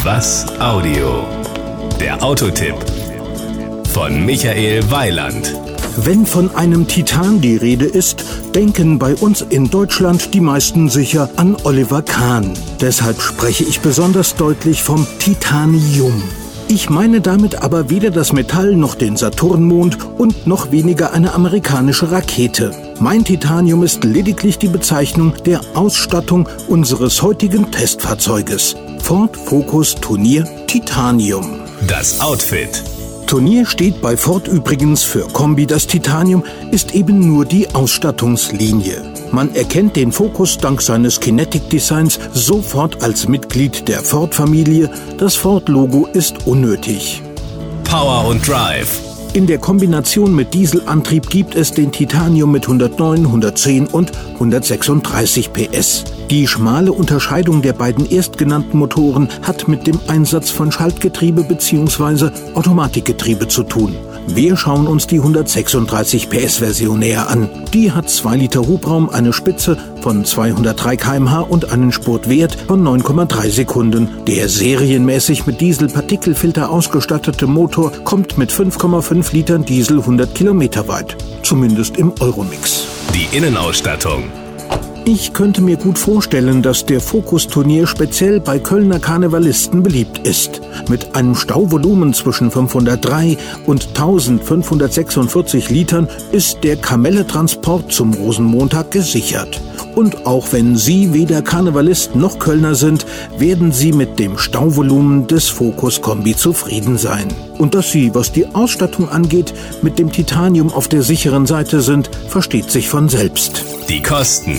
Was Audio? Der Autotipp von Michael Weiland. Wenn von einem Titan die Rede ist, denken bei uns in Deutschland die meisten sicher an Oliver Kahn. Deshalb spreche ich besonders deutlich vom Titanium. Ich meine damit aber weder das Metall noch den Saturnmond und noch weniger eine amerikanische Rakete. Mein Titanium ist lediglich die Bezeichnung der Ausstattung unseres heutigen Testfahrzeuges. Ford Focus Turnier Titanium. Das Outfit. Turnier steht bei Ford übrigens für Kombi. Das Titanium ist eben nur die Ausstattungslinie. Man erkennt den Focus dank seines Kinetic-Designs sofort als Mitglied der Ford-Familie. Das Ford-Logo ist unnötig. Power und Drive. In der Kombination mit Dieselantrieb gibt es den Titanium mit 109, 110 und 136 PS. Die schmale Unterscheidung der beiden erstgenannten Motoren hat mit dem Einsatz von Schaltgetriebe bzw. Automatikgetriebe zu tun. Wir schauen uns die 136 PS-Version näher an. Die hat 2 Liter Hubraum, eine Spitze von 203 km/h und einen Spurtwert von 9,3 Sekunden. Der serienmäßig mit Dieselpartikelfilter ausgestattete Motor kommt mit 5,5 Litern Diesel 100 Kilometer weit. Zumindest im Euromix. Die Innenausstattung. Ich könnte mir gut vorstellen, dass der Focus-Turnier speziell bei Kölner Karnevalisten beliebt ist. Mit einem Stauvolumen zwischen 503 und 1546 Litern ist der Kamelle-Transport zum Rosenmontag gesichert. Und auch wenn Sie weder Karnevalist noch Kölner sind, werden Sie mit dem Stauvolumen des Focus-Kombi zufrieden sein. Und dass Sie, was die Ausstattung angeht, mit dem Titanium auf der sicheren Seite sind, versteht sich von selbst. Die Kosten.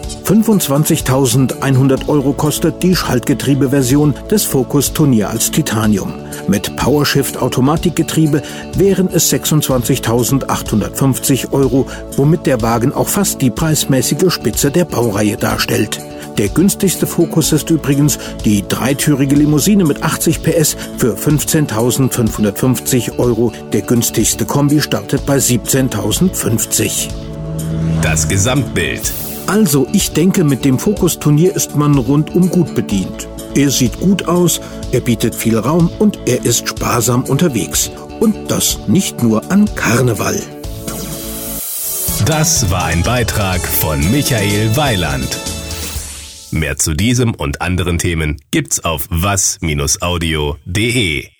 25.100 € kostet die Schaltgetriebeversion des Focus Turnier als Titanium. Mit PowerShift Automatikgetriebe wären es 26.850 €, womit der Wagen auch fast die preismäßige Spitze der Baureihe darstellt. Der günstigste Focus ist übrigens die dreitürige Limousine mit 80 PS für 15.550 €. Der günstigste Kombi startet bei 17.050. Das Gesamtbild. Also, ich denke, mit dem Focus-Turnier ist man rundum gut bedient. Er sieht gut aus, er bietet viel Raum und er ist sparsam unterwegs. Und das nicht nur an Karneval. Das war ein Beitrag von Michael Weiland. Mehr zu diesem und anderen Themen gibt's auf was-audio.de.